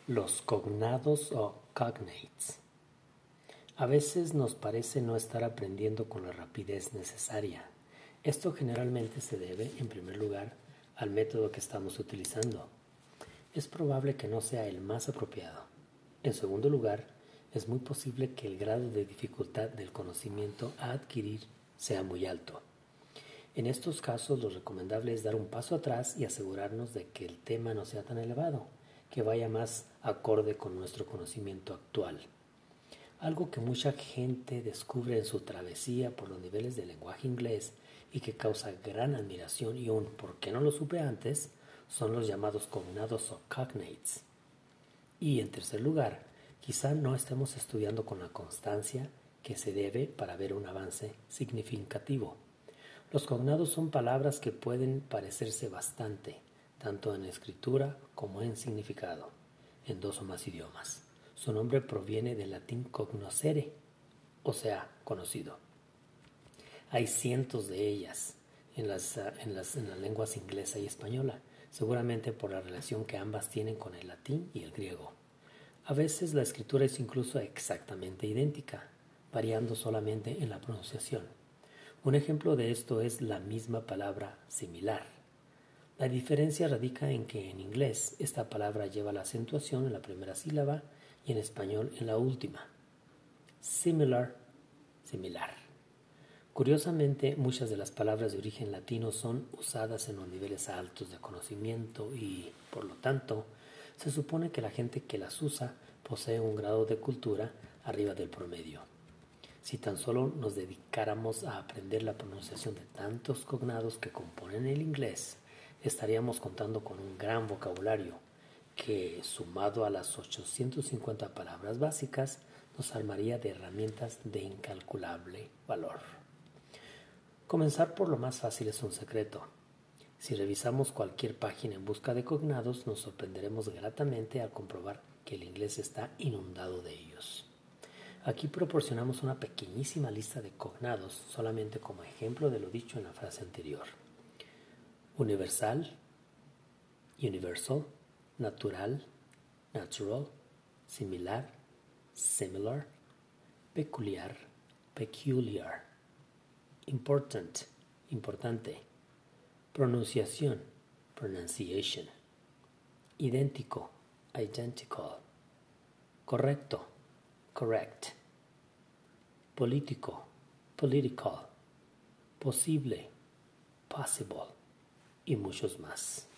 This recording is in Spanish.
Los cognados o cognates. A veces nos parece no estar aprendiendo con la rapidez necesaria. Esto generalmente se debe, en primer lugar, al método que estamos utilizando. Es probable que no sea el más apropiado. En segundo lugar, es muy posible que el grado de dificultad del conocimiento a adquirir sea muy alto. En estos casos, lo recomendable es dar un paso atrás y asegurarnos de que el tema no sea tan elevado, que vaya más acorde con nuestro conocimiento actual. Algo que mucha gente descubre en su travesía por los niveles del lenguaje inglés y que causa gran admiración y un ¿por qué no lo supe antes? Son los llamados cognados o cognates. Y en tercer lugar, quizá no estemos estudiando con la constancia que se debe para ver un avance significativo. Los cognados son palabras que pueden parecerse bastante, tanto en escritura como en significado, en dos o más idiomas. Su nombre proviene del latín cognoscere, o sea, conocido. Hay cientos de ellas en las lenguas inglesa y española, seguramente por la relación que ambas tienen con el latín y el griego. A veces la escritura es incluso exactamente idéntica, variando solamente en la pronunciación. Un ejemplo de esto es la misma palabra similar. La diferencia radica en que en inglés esta palabra lleva la acentuación en la primera sílaba y en español en la última. Similar, similar. Curiosamente, muchas de las palabras de origen latino son usadas en los niveles altos de conocimiento y, por lo tanto, se supone que la gente que las usa posee un grado de cultura arriba del promedio. Si tan solo nos dedicáramos a aprender la pronunciación de tantos cognados que componen el inglés, estaríamos contando con un gran vocabulario que, sumado a las 850 palabras básicas, nos armaría de herramientas de incalculable valor. Comenzar por lo más fácil es un secreto. Si revisamos cualquier página en busca de cognados, nos sorprenderemos gratamente al comprobar que el inglés está inundado de ellos. Aquí proporcionamos una pequeñísima lista de cognados solamente como ejemplo de lo dicho en la frase anterior. Universal, universal, natural, natural, similar, similar, peculiar, peculiar, important, importante, pronunciación, pronunciation, idéntico, identical, correcto, correct, político, political, posible, possible y muchos más.